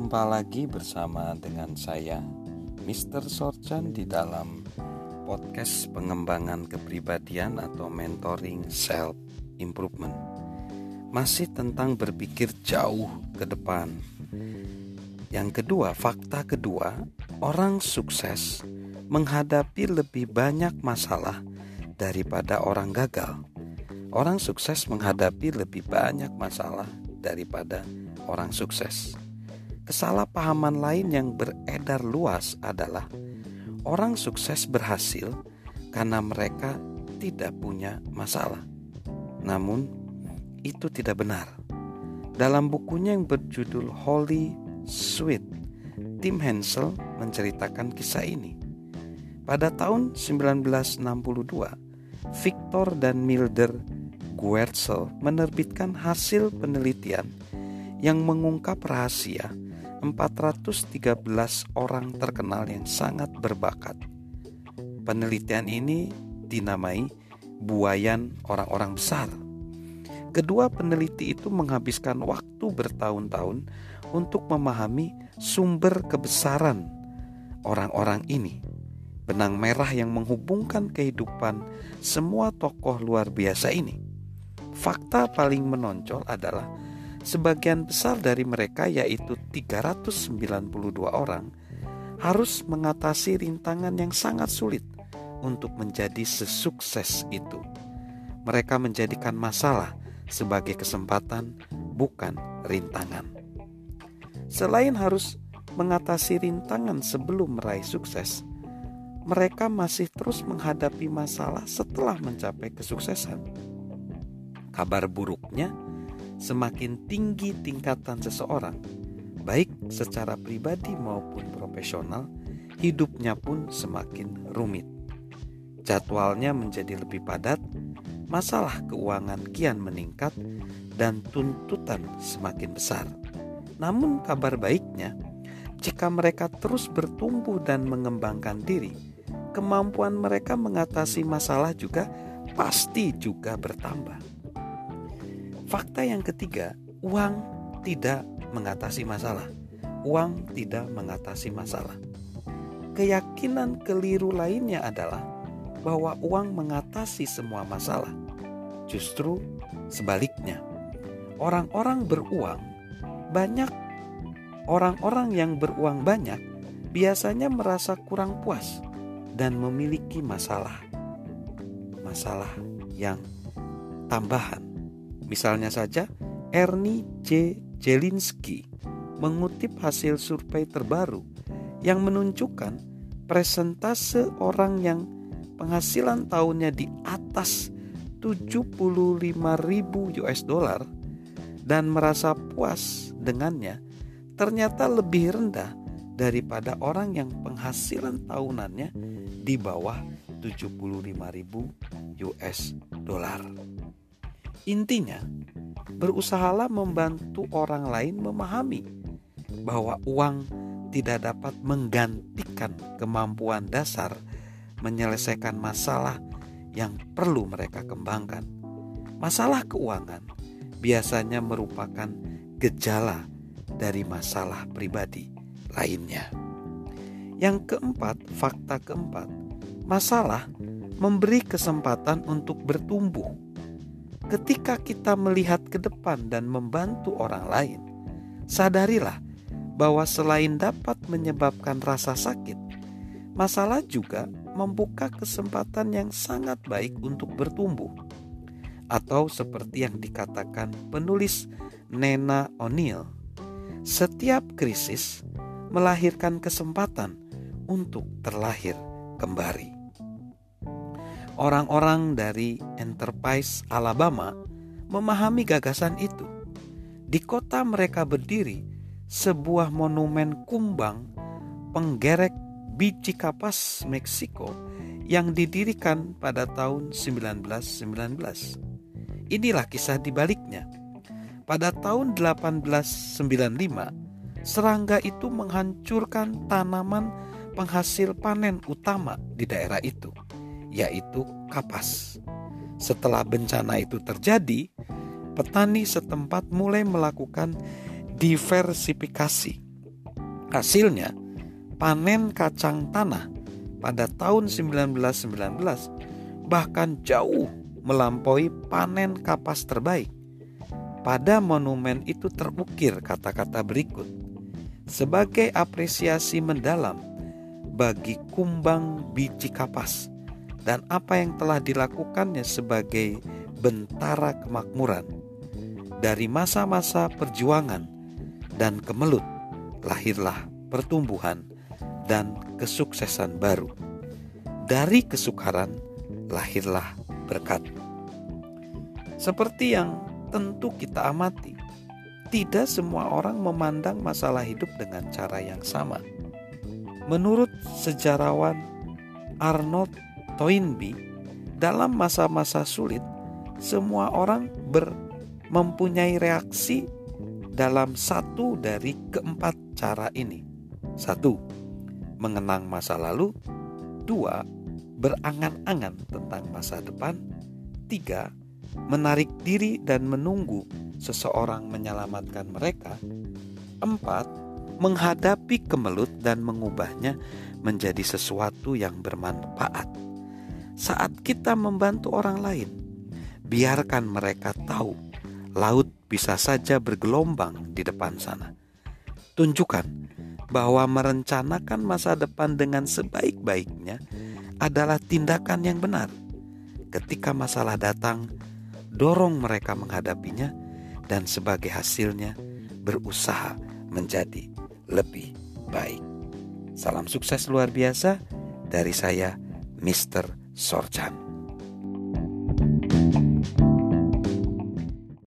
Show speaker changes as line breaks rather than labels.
Jumpa lagi bersama dengan saya, Mr. Sorchan, di dalam podcast pengembangan kepribadian atau mentoring self improvement. Masih tentang berpikir jauh ke depan. Yang kedua, fakta kedua, orang sukses menghadapi lebih banyak masalah daripada orang gagal. Orang sukses menghadapi lebih banyak masalah daripada orang sukses. Kesalahpahaman lain yang beredar luas adalah orang sukses berhasil karena mereka tidak punya masalah. Namun, itu tidak benar. Dalam bukunya yang berjudul Holy Sweet, Tim Hensel menceritakan kisah ini. Pada tahun 1962, Victor dan Mildred Guercel menerbitkan hasil penelitian yang mengungkap rahasia 413 orang terkenal yang sangat berbakat. Penelitian ini dinamai buayan orang-orang besar. Kedua peneliti itu menghabiskan waktu bertahun-tahun untuk memahami sumber kebesaran orang-orang ini. Benang merah yang menghubungkan kehidupan semua tokoh luar biasa ini. Fakta paling menonjol adalah sebagian besar dari mereka, yaitu 392 orang, harus mengatasi rintangan yang sangat sulit untuk menjadi sesukses itu. Mereka menjadikan masalah sebagai kesempatan, bukan rintangan. Selain harus mengatasi rintangan sebelum meraih sukses, mereka masih terus menghadapi masalah setelah mencapai kesuksesan. Kabar buruknya, semakin tinggi tingkatan seseorang, baik secara pribadi maupun profesional, hidupnya pun semakin rumit. Jadwalnya menjadi lebih padat, masalah keuangan kian meningkat, dan tuntutan semakin besar. Namun kabar baiknya, jika mereka terus bertumbuh dan mengembangkan diri, kemampuan mereka mengatasi masalah juga pasti juga bertambah. Fakta yang ketiga, uang tidak mengatasi masalah. Uang tidak mengatasi masalah. Keyakinan keliru lainnya adalah bahwa uang mengatasi semua masalah. Justru sebaliknya. Orang-orang yang beruang banyak biasanya merasa kurang puas dan memiliki masalah yang tambahan. Misalnya saja, Ernie J. Jelinski mengutip hasil survei terbaru yang menunjukkan persentase orang yang penghasilan tahunnya di atas 75.000 US dollar dan merasa puas dengannya ternyata lebih rendah daripada orang yang penghasilan tahunannya di bawah 75.000 US dollar. Intinya, berusahalah membantu orang lain memahami bahwa uang tidak dapat menggantikan kemampuan dasar menyelesaikan masalah yang perlu mereka kembangkan. Masalah keuangan biasanya merupakan gejala dari masalah pribadi lainnya. Yang keempat, fakta keempat, masalah memberi kesempatan untuk bertumbuh. Ketika kita melihat ke depan dan membantu orang lain, sadarilah bahwa selain dapat menyebabkan rasa sakit, masalah juga membuka kesempatan yang sangat baik untuk bertumbuh. Atau seperti yang dikatakan penulis Nena O'Neill, setiap krisis melahirkan kesempatan untuk terlahir kembali. Orang-orang dari Enterprise, Alabama memahami gagasan itu. Di kota mereka berdiri sebuah monumen kumbang penggerek biji kapas Meksiko yang didirikan pada tahun 1919. Inilah kisah di baliknya. Pada tahun 1895, serangga itu menghancurkan tanaman penghasil panen utama di daerah itu, yaitu kapas. Setelah bencana itu terjadi, petani setempat mulai melakukan diversifikasi. Hasilnya, panen kacang tanah pada tahun 1919 bahkan jauh melampaui panen kapas terbaik. Pada monumen itu terukir kata-kata berikut: sebagai apresiasi mendalam bagi kumbang biji kapas dan apa yang telah dilakukannya sebagai bentara kemakmuran. Dari masa-masa perjuangan dan kemelut, lahirlah pertumbuhan dan kesuksesan baru. Dari kesukaran, lahirlah berkat. Seperti yang tentu kita amati, tidak semua orang memandang masalah hidup dengan cara yang sama. Menurut sejarawan Arnold Toynbee, dalam masa-masa sulit, semua orang mempunyai reaksi dalam satu dari keempat cara ini. 1. Mengenang masa lalu. 2. Berangan-angan tentang masa depan. 3. Menarik diri dan menunggu seseorang menyelamatkan mereka. 4. Menghadapi kemelut dan mengubahnya menjadi sesuatu yang bermanfaat. Saat kita membantu orang lain, biarkan mereka tahu laut bisa saja bergelombang di depan sana. Tunjukkan bahwa merencanakan masa depan dengan sebaik-baiknya adalah tindakan yang benar. Ketika masalah datang, dorong mereka menghadapinya dan sebagai hasilnya berusaha menjadi lebih baik. Salam sukses luar biasa dari saya, Mr. Sorchan.